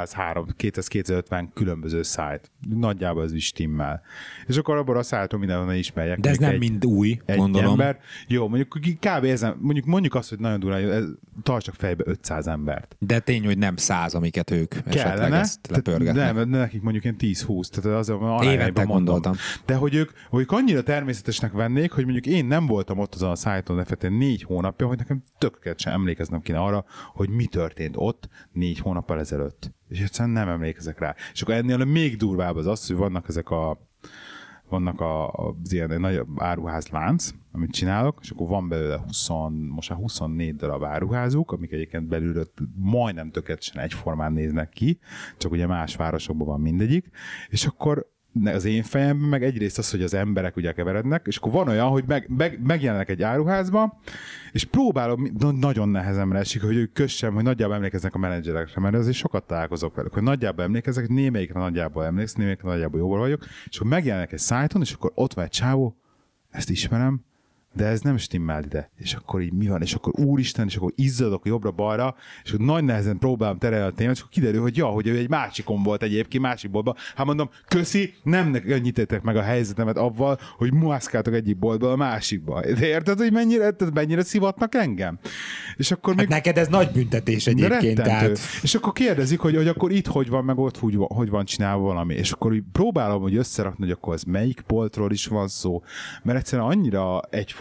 200-250 különböző szájt. Nagyjából ez is stimmel. És akkor abban a szájton mindenhonnan ismerjek. De ez nem mind új, gondolom. Ember. Jó, mondjuk kb. Ezen, mondjuk azt, hogy nagyon durán, tartsak fejbe 500 embert. De tény, hogy nem 100, amiket ők esetleg ezt lepörgetnek. Nem, nekik mondjuk ilyen 10-20, tehát az évente gondoltam. De hogy ők annyira természetesnek vennék, hogy mondjuk én nem voltam ott azon a szájton, de 4 hónapja, hogy nekem tökélet sem emlékeznem kéne arra, hogy mi történt ott 4 hónappal ezelőtt. És egyszerűen nem emlékezek rá. És akkor ennél még durvább az, hogy vannak ezek az ilyen nagy áruházlánc, amit csinálok, és akkor van belőle most már 24 darab áruházuk, amik egyébként belülről majdnem tökéletesen egyformán néznek ki, csak ugye más városokban van mindegyik, és akkor az én fejemben meg egyrészt az, hogy az emberek ugye keverednek, és akkor van olyan, hogy megjelennek egy áruházba, és próbálom, nagyon nehezemre esik, hogy ők kössem, hogy nagyjából emlékeznek a menedzserekre, mert azért sokat találkozok velük, hogy nagyjából emlékeznek, hogy némelyikre nagyjából emlékszem, némelyikre nagyjából jól vagyok, és akkor megjelennek egy szájton, és akkor ott van egy csávó, ezt ismerem, de ez nem stimmel ide. És akkor így mi van? És akkor úristen, és akkor izzadok jobbra-balra, és akkor nagy nehezen próbálom terelni a témát, és akkor kiderül, hogy hogy ő egy másikon volt egyébként, másik boltban. Hát mondom, köszi, nem könnyítettek meg a helyzetemet avval, hogy muászkáltok egyik boltból a másikba. De érted, hogy mennyire szivatnak engem? És akkor még... neked ez nagy büntetés egyébként. Tehát... És akkor kérdezik, hogy akkor itt hogy van, meg ott hogy van csinálva valami. És akkor így próbálom, hogy összerakni, hogy akkor az melyik boltról is van szó. Mert egyszerűen annyira egyformák,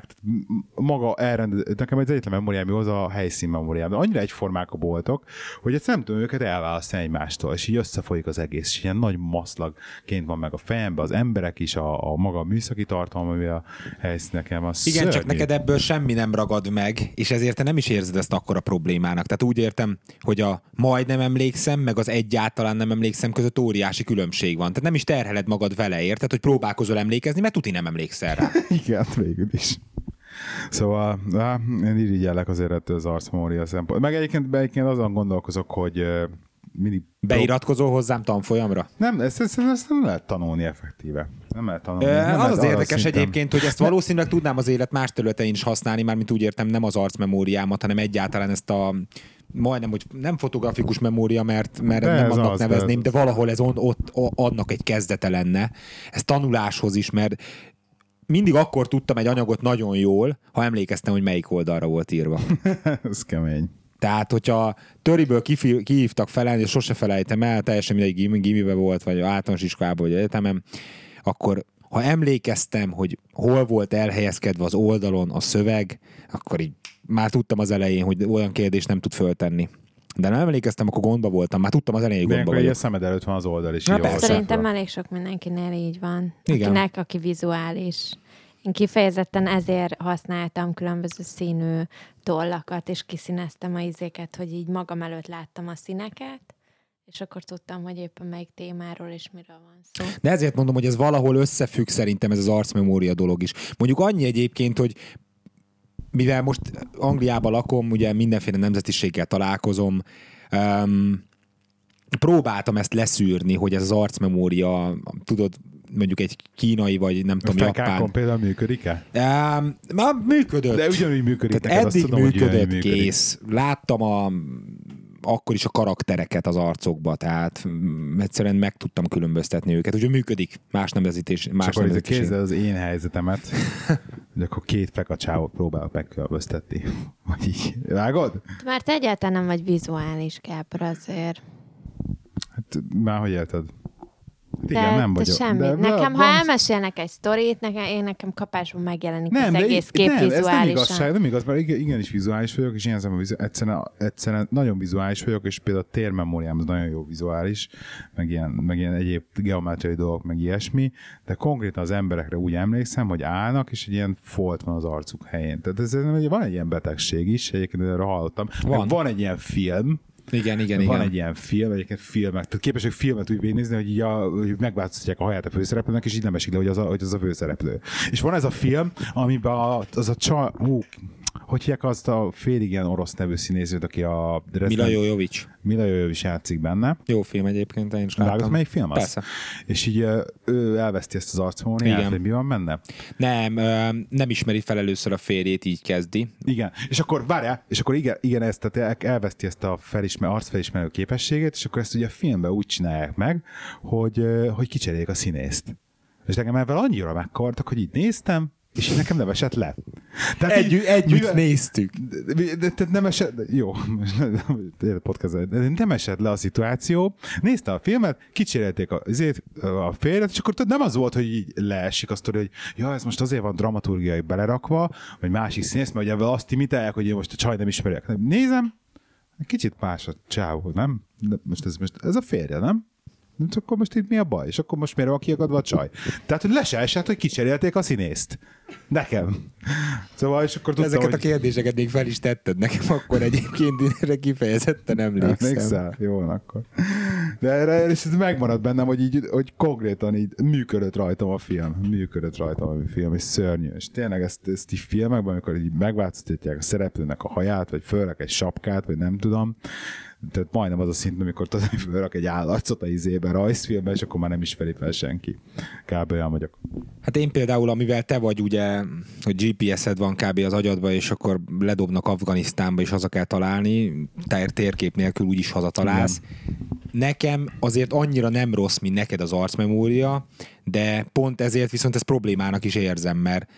maga nekem egy egyetlen memóriám, az a helyszín memóriám, de annyira egyformák a boltok, hogy ezt nem tudom őket elválasztani egymástól, és így összefolyik az egész, és ilyen nagy maszlagként van meg a fejemben, az emberek is, a maga műszaki tartalma, ami a helyszíneken van. Igen, szörnyű. Csak neked ebből semmi nem ragad meg, és ezért te nem is érzed ezt akkora problémának. Tehát úgy értem, hogy a majd nem emlékszem, meg az egyáltalán nem emlékszem között óriási különbség van. Tehát nem is terheled magad vele, érted, hogy próbálkozol emlékezni, mert tuti nem emlékszel rá. Igen, végül is. Szóval én irigyellek azért az arcmemória szempont. Meg egyébként azon gondolkozok, hogy mindig... Beiratkozol hozzám tanfolyamra? Nem, ezt nem lehet tanulni effektíve. Nem lehet tanulni. Az érdekes egyébként, hogy ezt valószínűleg tudnám az élet más területein is használni, mármint úgy értem nem az arcmemóriámat, hanem egyáltalán ezt a majdnem, hogy nem fotografikus memória, mert nem annak nevezném, de valahol ez ott annak egy kezdete lenne. Ez tanuláshoz is, mert mindig akkor tudtam egy anyagot nagyon jól, ha emlékeztem, hogy melyik oldalra volt írva. Ez kemény. Tehát, hogyha töriből kihívtak fel, és sose felejtem el, teljesen mindegy gimibe volt, vagy általános iskolában, vagy egyetemen, akkor ha emlékeztem, hogy hol volt elhelyezkedve az oldalon a szöveg, akkor így már tudtam az elején, hogy olyan kérdést nem tud föltenni. De nem emlékeztem, akkor gondba voltam. Már tudtam az elején, hogy gondba vagyok. A szemed előtt van az oldal is. Szerintem elég sok mindenkinél így van. Igen. Aki vizuális. Én kifejezetten ezért használtam különböző színű tollakat, és kiszíneztem a izéket, hogy így magam előtt láttam a színeket, és akkor tudtam, hogy éppen melyik témáról és miről van szó. De ezért mondom, hogy ez valahol összefügg szerintem ez az arcmemória dolog is. Mondjuk annyi egyébként, hogy mivel most Angliában lakom, ugye mindenféle nemzetiséggel találkozom, próbáltam ezt leszűrni, hogy ez az arcmemória, tudod, mondjuk egy kínai, vagy nem tudom, japán. Például működik-e? Működött. De ugyanúgy működik. Tehát eddig tudom, működött, kész. Láttam akkor is a karaktereket az arcokba, tehát egyszerűen meg tudtam különböztetni őket. Úgyhogy működik, más nemzetités. Csak akkor kézzel az én helyzetemet, hogy akkor két fekacsávot próbálok megkülönböztetni. Vagy így. Vágod? Mert egyáltalán nem vagy vizuális, Gábor, azért. Hát már hogy érted? Igen, nem vagyok. Semmi. Nekem, ha elmesélnek egy sztorit, nekem kapásban megjelenik az egész kép vizuálisan. Nem igaz, mert igenis vizuális vagyok, és ilyen szemben egyszerűen nagyon vizuális vagyok, és például a térmemóriám az nagyon jó vizuális, meg ilyen egyéb geometriai dolgok, meg ilyesmi, de konkrétan az emberekre úgy emlékszem, hogy állnak, és egy ilyen folt van az arcuk helyén. Tehát van egy ilyen betegség is, egyébként erre hallottam. Van egy ilyen film, Igen. Van egy ilyen film, egyébként filmek, tehát képesek filmet úgy végignézni, hogy megváltoztatják a haját a főszereplőnek, és így nem esik le, hogy az a főszereplő. És van ez a film, amiben az a csaj, hogy hívják azt a félig ilyen orosz nevű színészőt, aki a... Mila Jojovics játszik benne. Jó film egyébként, én is láttam. Vágod, melyik film az? Persze. És így ő elveszti ezt az arcmemóriát, hogy mi van benne? Nem ismeri fel először a férjét, így kezdi. Igen, és akkor várjál, és akkor igen ezt, tehát elveszti ezt a arcfelismerő képességét, és akkor ezt ugye a filmben úgy csinálják meg, hogy kicseréljék a színészt. És nekem ebben annyira megkavartak, hogy így néztem, és nekem nem esett le. Tehát együtt néztük. Tehát nem esett, jó, nem esett le a szituáció. Nézte a filmet, kicserélték a férjet, és akkor nem az volt, hogy így leesik a sztori, hogy ja, ez most azért van dramaturgiai belerakva, vagy másik színész, mert ugye azt imitálják, hogy én most a csaj nem ismerjek. Nézem, kicsit más a csávó, nem? De most ez a férje, nem? Akkor most itt mi a baj? És akkor most miért van kiakadva a csaj? Tehát, hogy le se esett, hogy kicserélték a színészt. Nekem. Szóval, és akkor tudtam, ezeket a kérdéseket még fel is tetted nekem, akkor egyébként én erre kifejezetten emlékszem. Jó, akkor. De erre és ez megmaradt bennem, hogy konkrétan így működött rajtam a film, és szörnyű. És tényleg ezt így filmekben, amikor így megváltoztatják a szereplőnek a haját, vagy fölrak egy sapkát, vagy nem tudom, tehát majdnem az a szint, amikor fölrak egy állarcot a izében, rajzfilmben, és akkor már nem ismeri fel senki. Kb. Olyan vagyok. Hát én például, amivel te vagy ugye, hogy GPS-ed van kb. Az agyadba, és akkor ledobnak Afganisztánba, és haza kell találni, térkép nélkül úgyis hazatalálsz. Nekem azért annyira nem rossz, mint neked az arcmemória, de pont ezért viszont ezt problémának is érzem, mert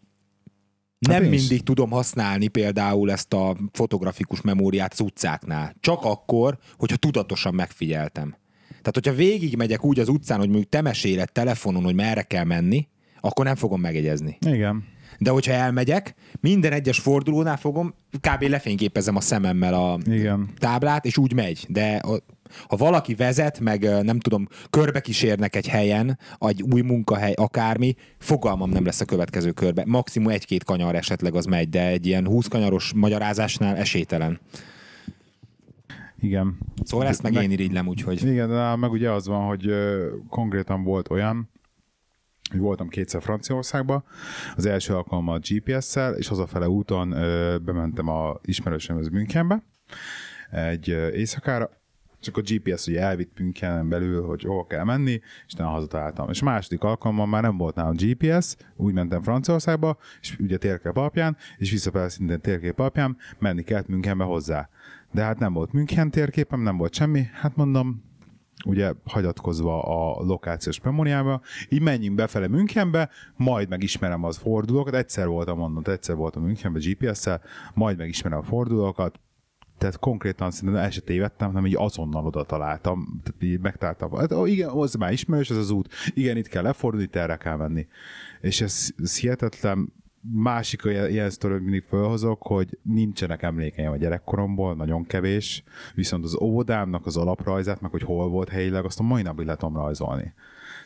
nem mindig tudom használni például ezt a fotografikus memóriát az utcáknál. Csak akkor, hogyha tudatosan megfigyeltem. Tehát, hogyha végigmegyek úgy az utcán, hogy mondjuk te meséled telefonon, hogy merre kell menni, akkor nem fogom megjegyezni. Igen. De hogyha elmegyek, minden egyes fordulónál fogom, kb. Lefényképezem a szememmel a táblát, és úgy megy. De ha valaki vezet, meg nem tudom, körbe kísérnek egy helyen, egy új munkahely, akármi, fogalmam nem lesz a következő körbe. Maximum 1-2 kanyar esetleg az megy, de egy ilyen 20 kanyaros magyarázásnál esélytelen. Igen. Szóval ezt meg én irigylem, úgyhogy... Igen, de meg ugye az van, hogy konkrétan volt olyan, hogy voltam 2-szer Franciaországban, az első alkalommal GPS-szel, és hazafele úton bementem a ismerősömhöz Münchenbe egy éjszakára, csak a GPS ugye elvitt Münchenen belül, hogy hol kell menni, és utána hazataláltam. És a második alkalommal már nem volt nálam GPS, úgy mentem Franciaországba, és ugye térkép alapján, és visszafele szintén térkép alapján menni kellett Münchenbe hozzá. De hát nem volt München térképem, nem volt semmi, hát mondom, ugye hagyatkozva a lokációs memóriába, így menjünk befele Münchenbe, majd megismerem az fordulókat, egyszer voltam Münchenbe GPS-szel, majd megismerem a fordulókat, tehát konkrétan szerintem el se tévedtem, hanem így azonnal oda találtam, tehát így megtaláltam. Hát, igen, az már ismerős ez az út, igen, itt kell lefordulni, itt erre kell menni. És ez hihetetlen. Másik ilyen sztori, hogy mindig felhozok, hogy nincsenek emlékeim a gyerekkoromból, nagyon kevés, viszont az óvodámnak az alaprajzát, meg hogy hol volt helyileg, azt a mai napig le tudom rajzolni.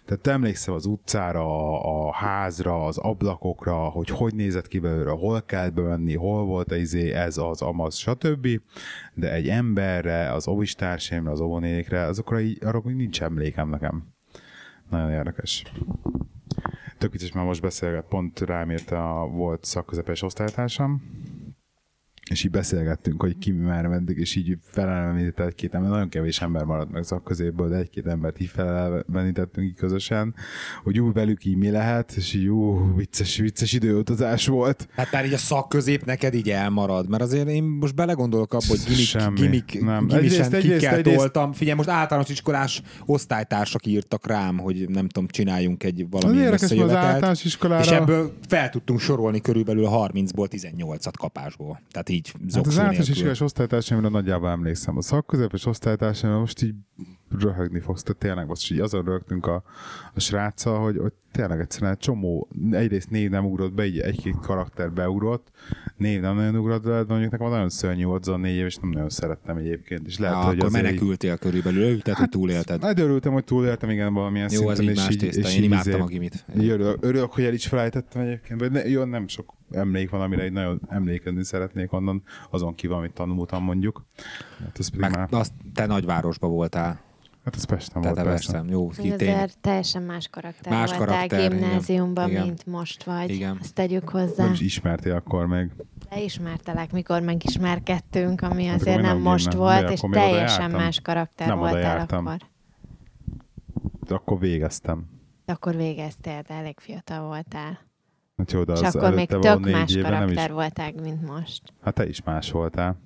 Tehát te emlékszel az utcára, a házra, az ablakokra, hogy nézett ki belőle, hol kell bemenni, hol volt ez az, amaz, stb. De egy emberre, az óvistársaimra, az óvónénikre, arra nincs emlékem nekem. Nagyon érdekes. Tök vicces, már most beszélget, pont rám írt volt szakközepes osztálytársam, és így beszélgettünk, hogy ki már meddig, és így felelevenített egy-két ember, nagyon kevés ember maradt meg szakközépből, de egy-két embert így felelevenítettünk így közösen, hogy velük így mi lehet, és így vicces időutazás volt. Hát már így a szakközép neked így elmarad, mert azért én most belegondolok abba, hogy gimisen kikkel toltam. Figyelj, most általános iskolás osztálytársak írtak rám, hogy nem tudom, csináljunk egy valamilyen összejövetelt, és ebből fel tudtunk sorolni körülbelül 30-ból 18-at kapásból. Tehát így hát az általános iskolás osztálytársaimra nagyjából emlékszem. A szakközepes osztálytársaimra most így röhögni fogsz, tehát tényleg most így azon röhögtünk a sráccal, hogy tényleg egyszerűen egy csomó, egyrészt név nem ugrott be, így egy-két karakter beugrott, név nem nagyon ugrott be, de mondjuk nekem nagyon szörnyű volt az a 4 év, és nem nagyon szerettem egyébként. És lehet, hogy akkor menekültél körülbelül, örülted, hogy túlélted. Hát örültem, hogy túléltem, igen, valamilyen jó, szinten. Jó, az így más tészta, én imádtam a gimit. Örülök, hogy el is felejtettem egyébként, jó, nem sok emlék van, amire egy nagyon emlékezni szeretnék onnan, azon kívül, amit tanultam mondjuk. Hát azt te nagyvárosban voltál. Hát ez Pesten volt, persze. Jó, azért teljesen más karakter voltál gimnáziumban, mint most vagy. Igen. Azt tegyük hozzá. Nem is ismertél akkor még. Leismertelek, mikor megismerkedtünk, ami azért nem most volt, és teljesen más karakter voltál akkor. De akkor végeztem. De akkor végeztél, de elég fiatal voltál. Hát jó, de és akkor még tök más karakter voltál, mint most. Hát te is más voltál.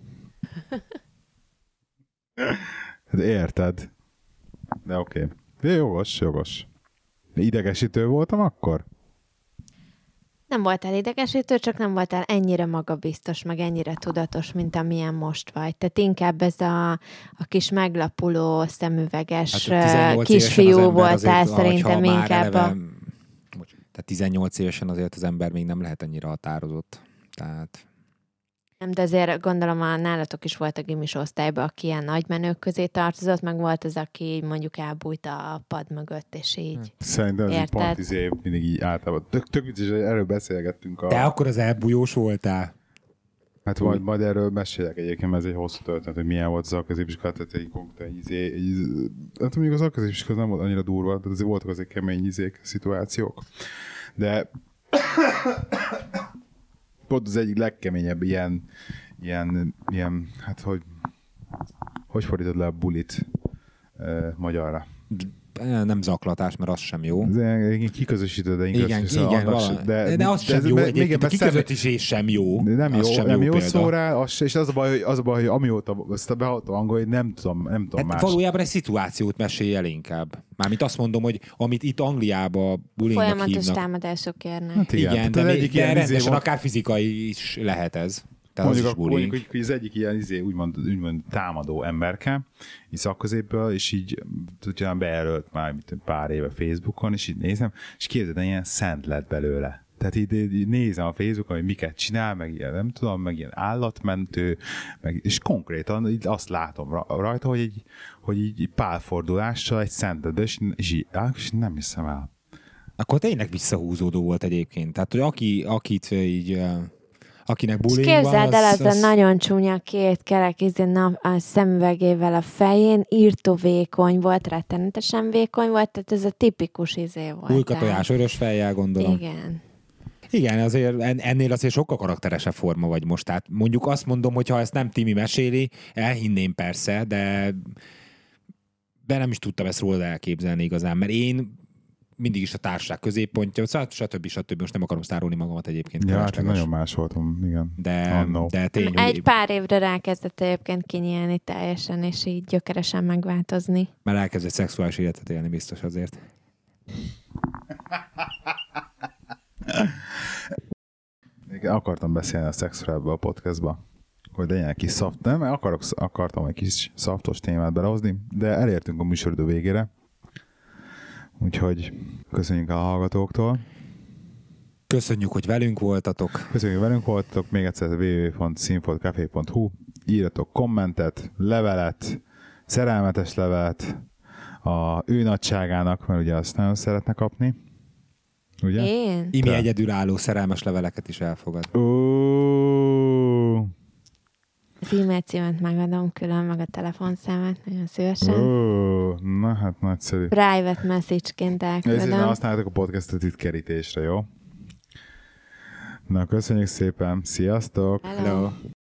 Hát érted. De oké. Jogos. Idegesítő voltam akkor? Nem voltál idegesítő, csak nem voltál ennyire magabiztos, meg ennyire tudatos, mint amilyen most vagy. Tehát inkább ez a kis meglapuló, szemüveges kisfiú voltál szerintem inkább. Tehát 18 évesen azért az ember még nem lehet ennyire határozott. Tehát... Nem, de azért gondolom, nálatok is volt a gimis osztályban, aki ilyen nagymenők közé tartozott, meg volt az, aki mondjuk elbújt a pad mögött, és így. Szerintem ez pont mindig így általában. Tök vicces, erről beszélgettünk. De akkor az elbújós voltál? Hát majd erről mesélek egyébként, mert ez egy hosszú történet, hogy milyen volt az alközépiskola, tehát egy konkrét hát mondjuk az alközépiskola nem volt annyira durva, de azért voltak azért kemény szituációk. De pont az egyik legkeményebb ilyen hát hogy fordítod le a bulit magyarra? Nem zaklatás, mert az sem jó. Kiközösíted, de igen, de az sem jó. Egyébként a kiközösítés sem jó. Nem jó szó rá, és az a baj, hogy amióta ezt behatom angol, nem tudom hát más. Valójában egy szituációt mesélj el inkább. Mármint azt mondom, hogy amit itt Angliában bullyingnak hívnak. Folyamatos támadások érnek. Hát igen, de rendesen akár fizikai is lehet ez. Mondjuk, hogy az egyik ilyen úgymond támadó emberke, így szakközépből, és így tudjam, bejelölt már pár éve Facebookon, és így nézem, és képzeld, ilyen szent lett belőle. Tehát így nézem a Facebookon, hogy miket csinál, meg ilyen nem tudom, meg ilyen állatmentő, és konkrétan így azt látom rajta, hogy így pálfordulással egy szentet, és nem hiszem el. Akkor tényleg visszahúzódó volt egyébként. Tehát, hogy akit így... akinek bullying van, képzeld el, az a nagyon csúnya két kerek a szemüvegével a fején, írtó vékony volt, rettenetesen vékony volt, tehát ez a tipikus volt. Ulkatojás, örös fejjel, gondolom. Igen. Igen, azért ennél azért sokkal karakteresebb forma vagy most. Tehát mondjuk azt mondom, hogy ha ezt nem Timi meséli, elhinném persze, de nem is tudtam ezt róla elképzelni igazán, mert én mindig is a társaság középpontja, stb. Most nem akarom sztárolni magamat egyébként. Ja, hát nagyon más voltam, igen. De tény, egy pár évre rákezdett egyébként kinyílni teljesen, és így gyökeresen megváltozni. Mert elkezdett szexuális életet élni biztos azért. Akartam beszélni a szexről ebbe a podcastba, hogy legyen egy kis szaft, nem? Akartam egy kis szaftos témát belehozni, de elértünk a műsoridő végére. Úgyhogy köszönjük a hallgatóktól. Köszönjük, hogy velünk voltatok. Még egyszer www.színfoltcafé.hu. Írjatok kommentet, levelet, szerelmetes levelet, a ő nagyságának, mert ugye azt nagyon szeretne kapni. Ugye? Én? Imi egyedülálló szerelmes leveleket is elfogad. Az e-mail címet megadom külön, meg a telefonszámát, nagyon szívesen. Na hát nagyszerű. Private message-ként elküldöm. Ezért használjátok a podcastot itt kerítésre, jó? Na, köszönjük szépen. Sziasztok! Hello.